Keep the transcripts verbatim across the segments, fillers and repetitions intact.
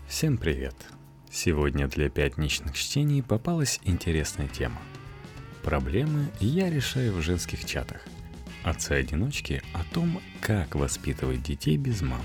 Всем привет! Сегодня для пятничных чтений попалась интересная тема. Проблемы я решаю в женских чатах. Отцы-одиночки о том, как воспитывать детей без мам.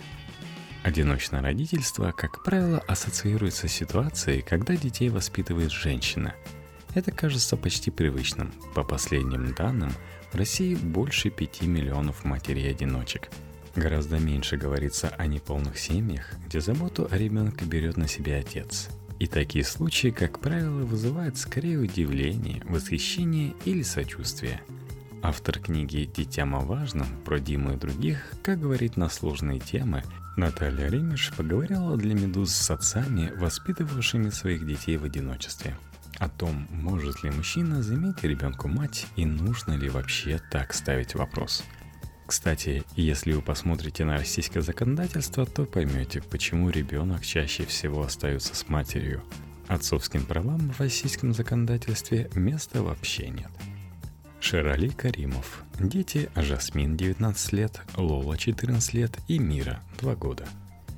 Одиночное родительство, как правило, ассоциируется с ситуацией, когда детей воспитывает женщина. Это кажется почти привычным. По последним данным, в России больше пяти миллионов матерей-одиночек. Гораздо меньше говорится о неполных семьях, где заботу о ребенке берет на себя отец. И такие случаи, как правило, вызывают скорее удивление, восхищение или сочувствие. Автор книги «Детям о важном» про Диму и других, как говорит на сложные темы, Наталья Ремеш поговорила для «Медуз» с отцами, воспитывавшими своих детей в одиночестве. О том, может ли мужчина заменить ребенку мать и нужно ли вообще так ставить вопрос. Кстати, если вы посмотрите на российское законодательство, то поймете, почему ребенок чаще всего остается с матерью. Отцовским правам в российском законодательстве места вообще нет. Шерали Каримов. Дети: Жасмин девятнадцать лет, Лола четырнадцать лет и Мира два года.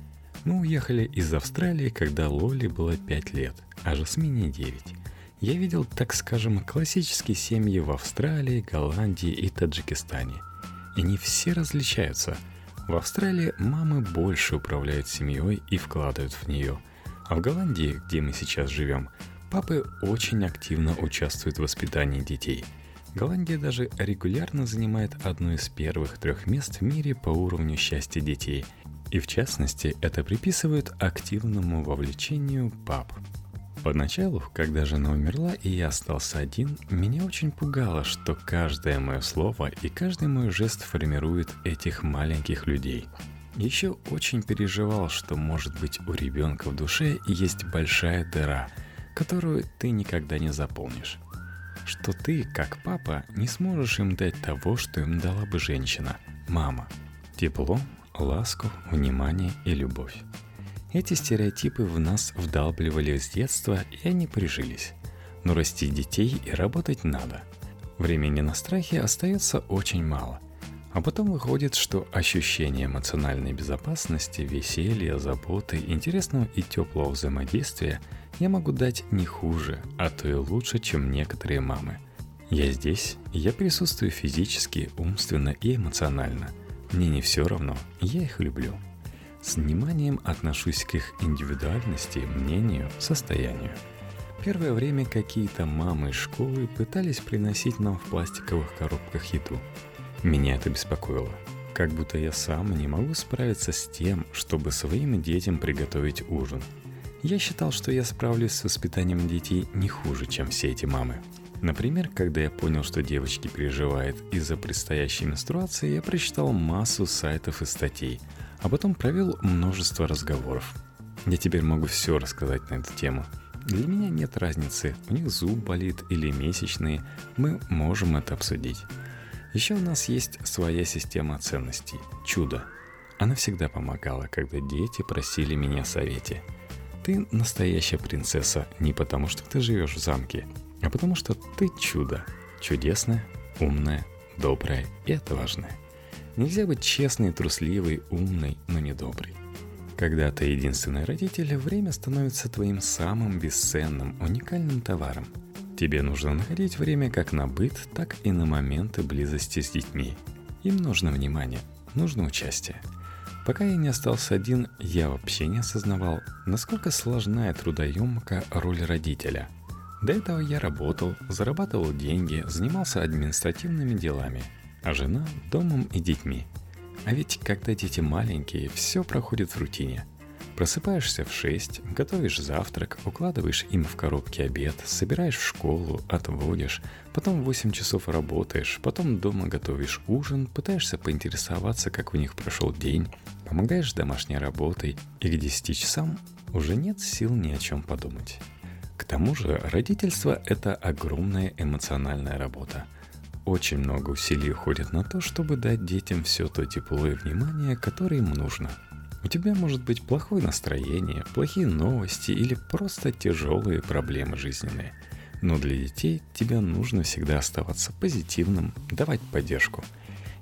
Мы уехали из Австралии, когда Лоле было пять лет, а Жасмине девять. Я видел, так скажем, классические семьи в Австралии, Голландии и Таджикистане. И не все различаются. В Австралии мамы больше управляют семьей и вкладывают в нее. А в Голландии, где мы сейчас живем, папы очень активно участвуют в воспитании детей. Голландия даже регулярно занимает одно из первых трех мест в мире по уровню счастья детей. И в частности, это приписывают активному вовлечению пап. Поначалу, когда жена умерла и я остался один, меня очень пугало, что каждое мое слово и каждый мой жест формирует этих маленьких людей. Еще очень переживал, что, может быть, у ребенка в душе есть большая дыра, которую ты никогда не заполнишь. Что ты, как папа, не сможешь им дать того, что им дала бы женщина, мама. Тепло, ласку, внимание и любовь. Эти стереотипы в нас вдалбливали с детства, и они прижились. Но расти детей и работать надо. Времени на страхи остается очень мало. А потом выходит, что ощущение эмоциональной безопасности, веселья, заботы, интересного и теплого взаимодействия я могу дать не хуже, а то и лучше, чем некоторые мамы. Я здесь, я присутствую физически, умственно и эмоционально. Мне не все равно, я их люблю. С вниманием отношусь к их индивидуальности, мнению, состоянию. Первое время какие-то мамы из школы пытались приносить нам в пластиковых коробках еду. Меня это беспокоило. Как будто я сам не могу справиться с тем, чтобы своим детям приготовить ужин. Я считал, что я справлюсь с воспитанием детей не хуже, чем все эти мамы. Например, когда я понял, что девочки переживают из-за предстоящей менструации, я прочитал массу сайтов и статей, а потом провел множество разговоров. Я теперь могу все рассказать на эту тему. Для меня нет разницы, у них зуб болит или месячные, мы можем это обсудить. Еще у нас есть своя система ценностей – чудо. Она всегда помогала, когда дети просили меня о совете. Ты настоящая принцесса не потому, что ты живешь в замке, а потому что ты чудо. Чудесное, умное, доброе, и это важное. Нельзя быть честной, трусливой, умной, но не доброй. Когда ты единственный родитель, время становится твоим самым бесценным, уникальным товаром. Тебе нужно находить время как на быт, так и на моменты близости с детьми. Им нужно внимание, нужно участие. Пока я не остался один, я вообще не осознавал, насколько сложна и трудоемка роль родителя. До этого я работал, зарабатывал деньги, занимался административными делами, а жена – домом и детьми. А ведь когда дети маленькие, все проходит в рутине. Просыпаешься в шесть, готовишь завтрак, укладываешь им в коробки обед, собираешь в школу, отводишь, потом восемь часов работаешь, потом дома готовишь ужин, пытаешься поинтересоваться, как у них прошел день, помогаешь с домашней работой, и к десяти часам уже нет сил ни о чем подумать. К тому же родительство – это огромная эмоциональная работа. Очень много усилий уходит на то, чтобы дать детям все то тепло и внимание, которое им нужно. У тебя может быть плохое настроение, плохие новости или просто тяжелые проблемы жизненные. Но для детей тебе нужно всегда оставаться позитивным, давать поддержку.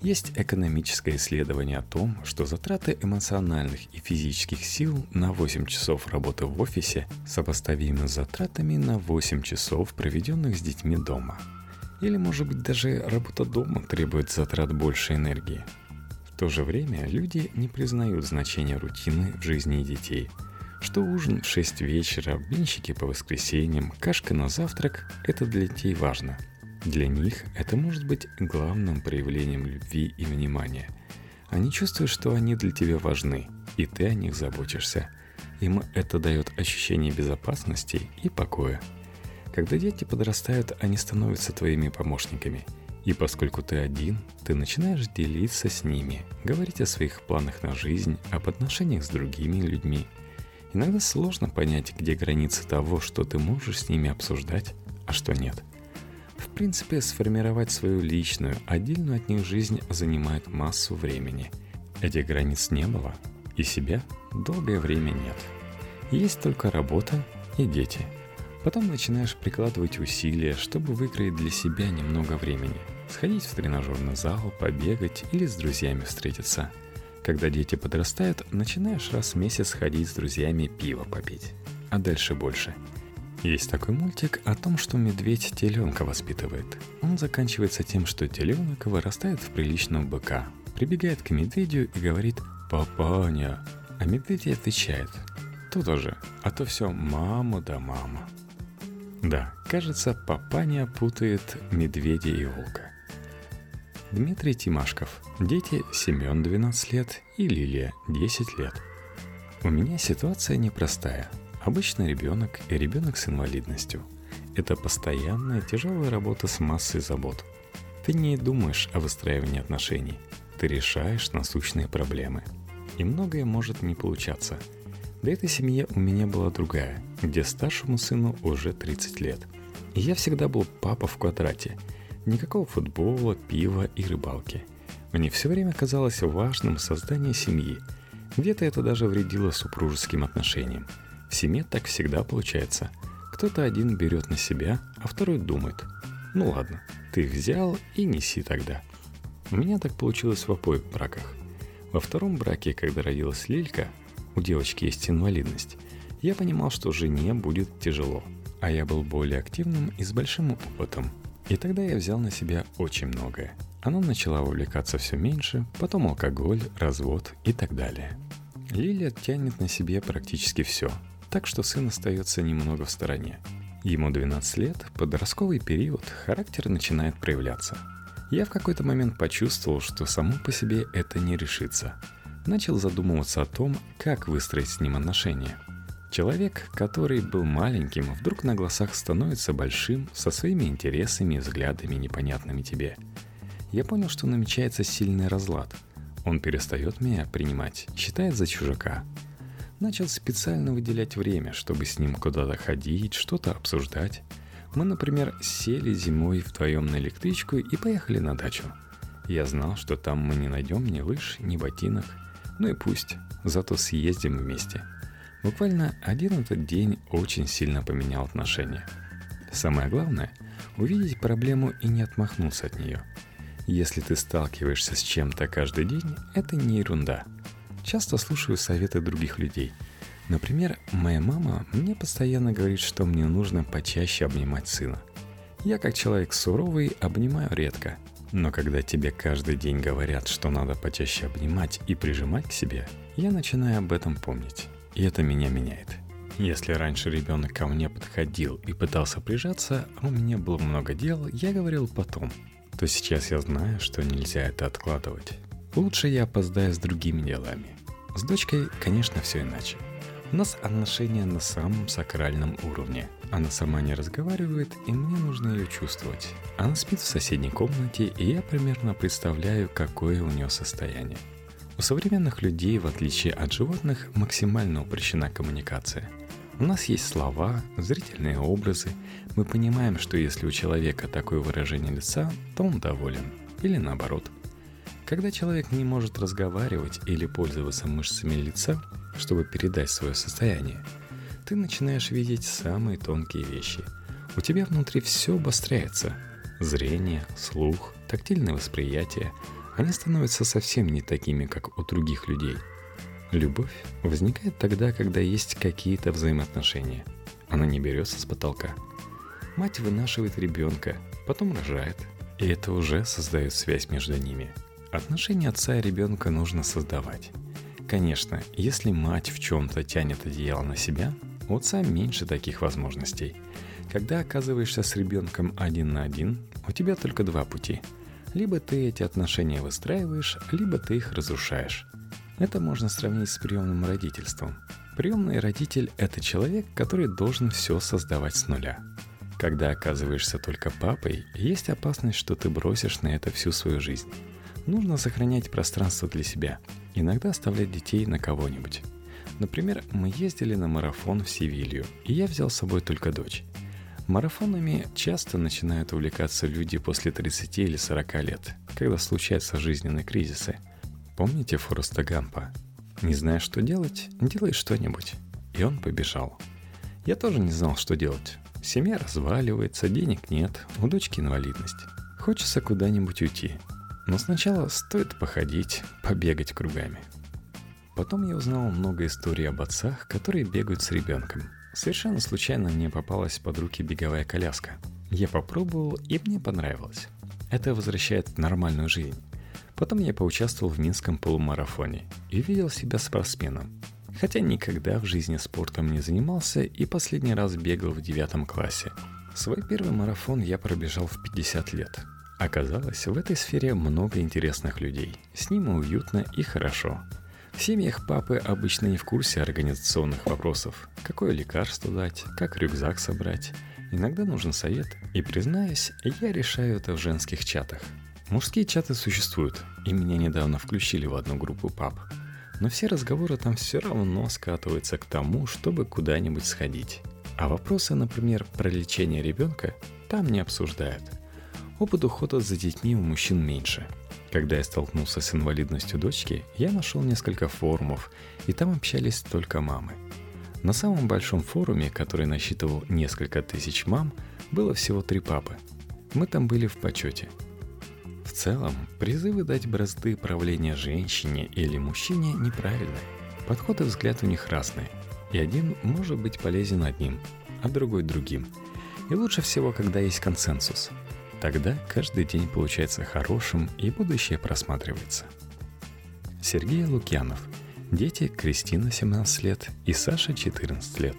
Есть экономическое исследование о том, что затраты эмоциональных и физических сил на восемь часов работы в офисе сопоставимы с затратами на восемь часов, проведенных с детьми дома. Или, может быть, даже работа дома требует затрат больше энергии. В то же время люди не признают значения рутины в жизни детей. Что ужин в шесть вечера, блинчики по воскресеньям, кашка на завтрак – это для детей важно. Для них это может быть главным проявлением любви и внимания. Они чувствуют, что они для тебя важны, и ты о них заботишься. Им это дает ощущение безопасности и покоя. Когда дети подрастают, они становятся твоими помощниками. И поскольку ты один, ты начинаешь делиться с ними, говорить о своих планах на жизнь, об отношениях с другими людьми. Иногда сложно понять, где границы того, что ты можешь с ними обсуждать, а что нет. В принципе, сформировать свою личную, отдельную от них жизнь занимает массу времени. Этих границ не было, и себя долгое время нет. Есть только работа и дети. Потом начинаешь прикладывать усилия, чтобы выкроить для себя немного времени. Сходить в тренажерный зал, побегать или с друзьями встретиться. Когда дети подрастают, начинаешь раз в месяц ходить с друзьями пиво попить. А дальше больше. Есть такой мультик о том, что медведь теленка воспитывает. Он заканчивается тем, что теленок вырастает в приличного быка, прибегает к медведю и говорит «Папаня». А медведь отвечает «То-то же, а то все мама да мама». Да, кажется, папаня путает медведя и волка. Дмитрий Тимашков. Дети Семен двенадцать лет и Лилия десять лет. У меня ситуация непростая. Обычный ребенок и ребенок с инвалидностью. Это постоянная тяжелая работа с массой забот. Ты не думаешь о выстраивании отношений. Ты решаешь насущные проблемы. И многое может не получаться. До этой семьи у меня была другая, где старшему сыну уже тридцать лет. И я всегда был папа в квадрате. Никакого футбола, пива и рыбалки. Мне все время казалось важным создание семьи. Где-то это даже вредило супружеским отношениям. В семье так всегда получается. Кто-то один берет на себя, а второй думает: ну ладно, ты взял и неси тогда. У меня так получилось в обоих браках. Во втором браке, когда родилась Лилька, у девочки есть инвалидность, я понимал, что жене будет тяжело, а я был более активным и с большим опытом. И тогда я взял на себя очень многое. Она начала увлекаться все меньше, потом алкоголь, развод и так далее. Лилия тянет на себе практически все, так что сын остается немного в стороне. Ему двенадцать лет, подростковый период, характер начинает проявляться. Я в какой-то момент почувствовал, что само по себе это не решится. Начал задумываться о том, как выстроить с ним отношения. Человек, который был маленьким, вдруг на глазах становится большим, со своими интересами и взглядами, непонятными тебе. Я понял, что намечается сильный разлад. Он перестает меня принимать, считает за чужака. Начал специально выделять время, чтобы с ним куда-то ходить, что-то обсуждать. Мы, например, сели зимой вдвоем на электричку и поехали на дачу. Я знал, что там мы не найдем ни лыж, ни ботинок. Ну и пусть, зато съездим вместе. Буквально один этот день очень сильно поменял отношения. Самое главное – увидеть проблему и не отмахнуться от нее. Если ты сталкиваешься с чем-то каждый день, это не ерунда. Часто слушаю советы других людей. Например, моя мама мне постоянно говорит, что мне нужно почаще обнимать сына. Я, как человек суровый, обнимаю редко. Но когда тебе каждый день говорят, что надо почаще обнимать и прижимать к себе, я начинаю об этом помнить. И это меня меняет. Если раньше ребенок ко мне подходил и пытался прижаться, а у меня было много дел, я говорил потом, то сейчас я знаю, что нельзя это откладывать. Лучше я опоздаю с другими делами. С дочкой, конечно, все иначе. У нас отношения на самом сакральном уровне. Она сама не разговаривает, и мне нужно ее чувствовать. Она спит в соседней комнате, и я примерно представляю, какое у нее состояние. У современных людей, в отличие от животных, максимально упрощена коммуникация. У нас есть слова, зрительные образы. Мы понимаем, что если у человека такое выражение лица, то он доволен. Или наоборот. Когда человек не может разговаривать или пользоваться мышцами лица, чтобы передать свое состояние, ты начинаешь видеть самые тонкие вещи. У тебя внутри все обостряется. Зрение, слух, тактильное восприятие, они становятся совсем не такими, как у других людей. Любовь возникает тогда, когда есть какие-то взаимоотношения. Она не берется с потолка. Мать вынашивает ребенка, потом рожает, и это уже создает связь между ними. Отношения отца и ребенка нужно создавать. Конечно, если мать в чем-то тянет одеяло на себя, у отца меньше таких возможностей. Когда оказываешься с ребенком один на один, у тебя только два пути. Либо ты эти отношения выстраиваешь, либо ты их разрушаешь. Это можно сравнить с приемным родительством. Приемный родитель – это человек, который должен все создавать с нуля. Когда оказываешься только папой, есть опасность, что ты бросишь на это всю свою жизнь. Нужно сохранять пространство для себя, иногда оставлять детей на кого-нибудь. Например, мы ездили на марафон в Севилью, и я взял с собой только дочь. Марафонами часто начинают увлекаться люди после тридцати или сорока лет, когда случаются жизненные кризисы. Помните Форреста Гампа? Не зная, что делать, делай что-нибудь. И он побежал. Я тоже не знал, что делать. Семья разваливается, денег нет, у дочки инвалидность. Хочется куда-нибудь уйти. Но сначала стоит походить, побегать кругами. Потом я узнал много историй об отцах, которые бегают с ребенком. Совершенно случайно мне попалась под руки беговая коляска. Я попробовал, и мне понравилось. Это возвращает в нормальную жизнь. Потом я поучаствовал в Минском полумарафоне и видел себя спортсменом. Хотя никогда в жизни спортом не занимался и последний раз бегал в девятом классе. Свой первый марафон я пробежал в пятьдесят лет. Оказалось, в этой сфере много интересных людей. С ними уютно и хорошо. В семьях папы обычно не в курсе организационных вопросов. Какое лекарство дать, как рюкзак собрать. Иногда нужен совет, и, признаюсь, я решаю это в женских чатах. Мужские чаты существуют, и меня недавно включили в одну группу пап. Но все разговоры там все равно скатываются к тому, чтобы куда-нибудь сходить. А вопросы, например, про лечение ребенка, там не обсуждают. Опыт ухода за детьми у мужчин меньше. Когда я столкнулся с инвалидностью дочки, я нашел несколько форумов, и там общались только мамы. На самом большом форуме, который насчитывал несколько тысяч мам, было всего три папы. Мы там были в почете. В целом, призывы дать бразды правления женщине или мужчине неправильны. Подход и взгляд у них разные, и один может быть полезен одним, а другой другим. И лучше всего, когда есть консенсус. Тогда каждый день получается хорошим, и будущее просматривается. Сергей Лукьянов. Дети Кристина, семнадцать лет, и Саша, четырнадцать лет.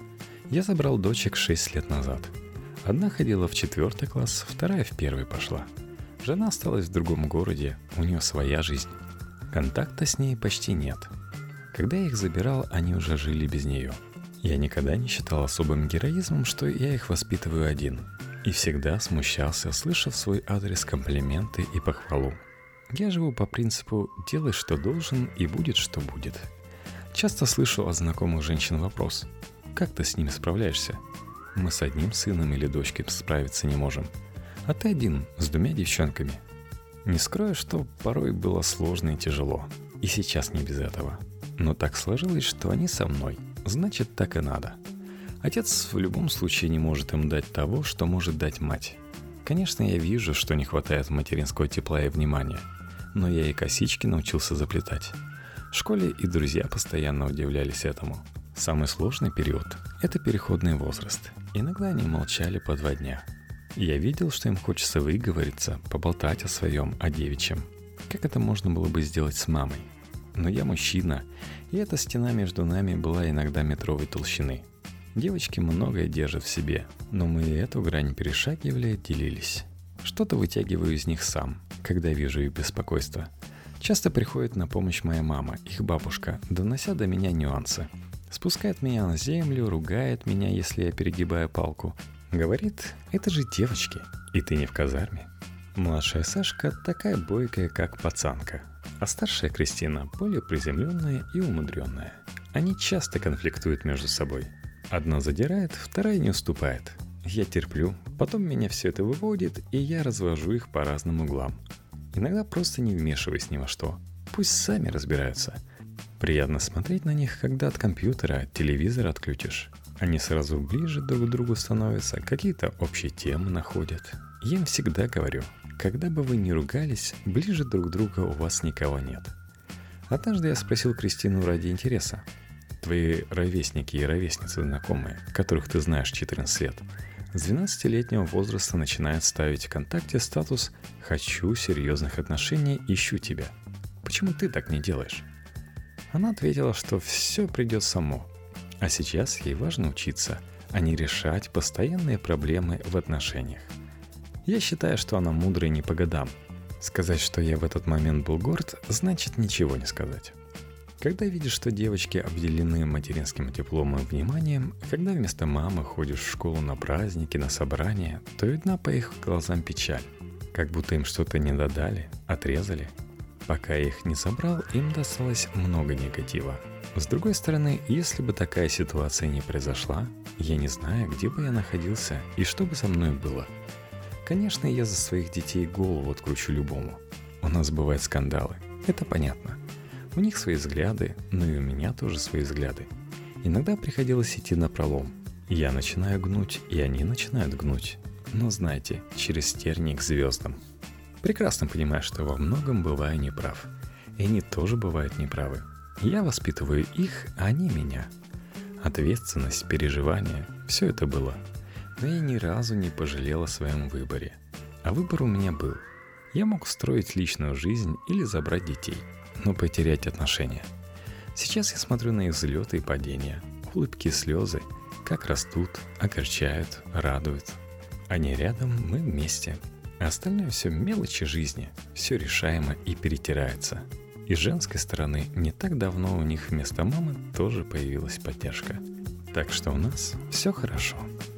Я забрал дочек шесть лет назад. Одна ходила в четвертый класс, вторая в первый пошла. Жена осталась в другом городе, у нее своя жизнь. Контакта с ней почти нет. Когда я их забирал, они уже жили без нее. Я никогда не считал особым героизмом, что я их воспитываю один. И всегда смущался, слыша в свой адрес комплименты и похвалу. Я живу по принципу «делай, что должен, и будет, что будет». Часто слышу от знакомых женщин вопрос: «Как ты с ними справляешься? Мы с одним сыном или дочкой справиться не можем. А ты один, с двумя девчонками». Не скрою, что порой было сложно и тяжело. И сейчас не без этого. Но так сложилось, что они со мной. Значит, так и надо. Отец в любом случае не может им дать того, что может дать мать. Конечно, я вижу, что не хватает материнского тепла и внимания, но я и косички научился заплетать. В школе и друзья постоянно удивлялись этому. Самый сложный период – это переходный возраст. Иногда они молчали по два дня. Я видел, что им хочется выговориться, поболтать о своем, о девичьем. Как это можно было бы сделать с мамой? Но я мужчина, и эта стена между нами была иногда метровой толщины. Девочки многое держат в себе, но мы эту грань перешагивали и делились. Что-то вытягиваю из них сам, когда вижу их беспокойство. Часто приходит на помощь моя мама, их бабушка, донося до меня нюансы. Спускает меня на землю, ругает меня, если я перегибаю палку. Говорит, это же девочки, и ты не в казарме. Младшая Сашка такая бойкая, как пацанка, а старшая Кристина более приземленная и умудренная. Они часто конфликтуют между собой. Одна задирает, вторая не уступает. Я терплю, потом меня все это выводит, и я развожу их по разным углам. Иногда просто не вмешиваюсь ни во что. Пусть сами разбираются. Приятно смотреть на них, когда от компьютера, телевизора отключишь. Они сразу ближе друг к другу становятся, какие-то общие темы находят. Я им всегда говорю, когда бы вы ни ругались, ближе друг друга у вас никого нет. Однажды я спросил Кристину ради интереса. Твои ровесники и ровесницы знакомые, которых ты знаешь четырнадцать лет, с двенадцатилетнего возраста начинают ставить ВКонтакте статус «Хочу серьезных отношений, ищу тебя». Почему ты так не делаешь? Она ответила, что все придет само. А сейчас ей важно учиться, а не решать постоянные проблемы в отношениях. Я считаю, что она мудрая не по годам. Сказать, что я в этот момент был горд, значит ничего не сказать. Когда видишь, что девочки обделены материнским теплом и вниманием, когда вместо мамы ходишь в школу на праздники, на собрания, то видна по их глазам печаль. Как будто им что-то не додали, отрезали. Пока я их не собрал, им досталось много негатива. С другой стороны, если бы такая ситуация не произошла, я не знаю, где бы я находился и что бы со мной было. Конечно, я за своих детей голову откручу любому. У нас бывают скандалы, это понятно. У них свои взгляды, но и у меня тоже свои взгляды. Иногда приходилось идти напролом. Я начинаю гнуть, и они начинают гнуть. Но знаете, через тернии к звездам. Прекрасно понимаю, что во многом бываю неправ. И они тоже бывают неправы. Я воспитываю их, а они меня. Ответственность, переживания – все это было. Но я ни разу не пожалел о своем выборе. А выбор у меня был. Я мог строить личную жизнь или забрать детей, но потерять отношения. Сейчас я смотрю на их взлеты и падения, улыбки и слезы, как растут, огорчают, радуют. Они рядом, мы вместе. А остальное все мелочи жизни, все решаемо и перетирается. И с женской стороны не так давно у них вместо мамы тоже появилась поддержка. Так что у нас все хорошо.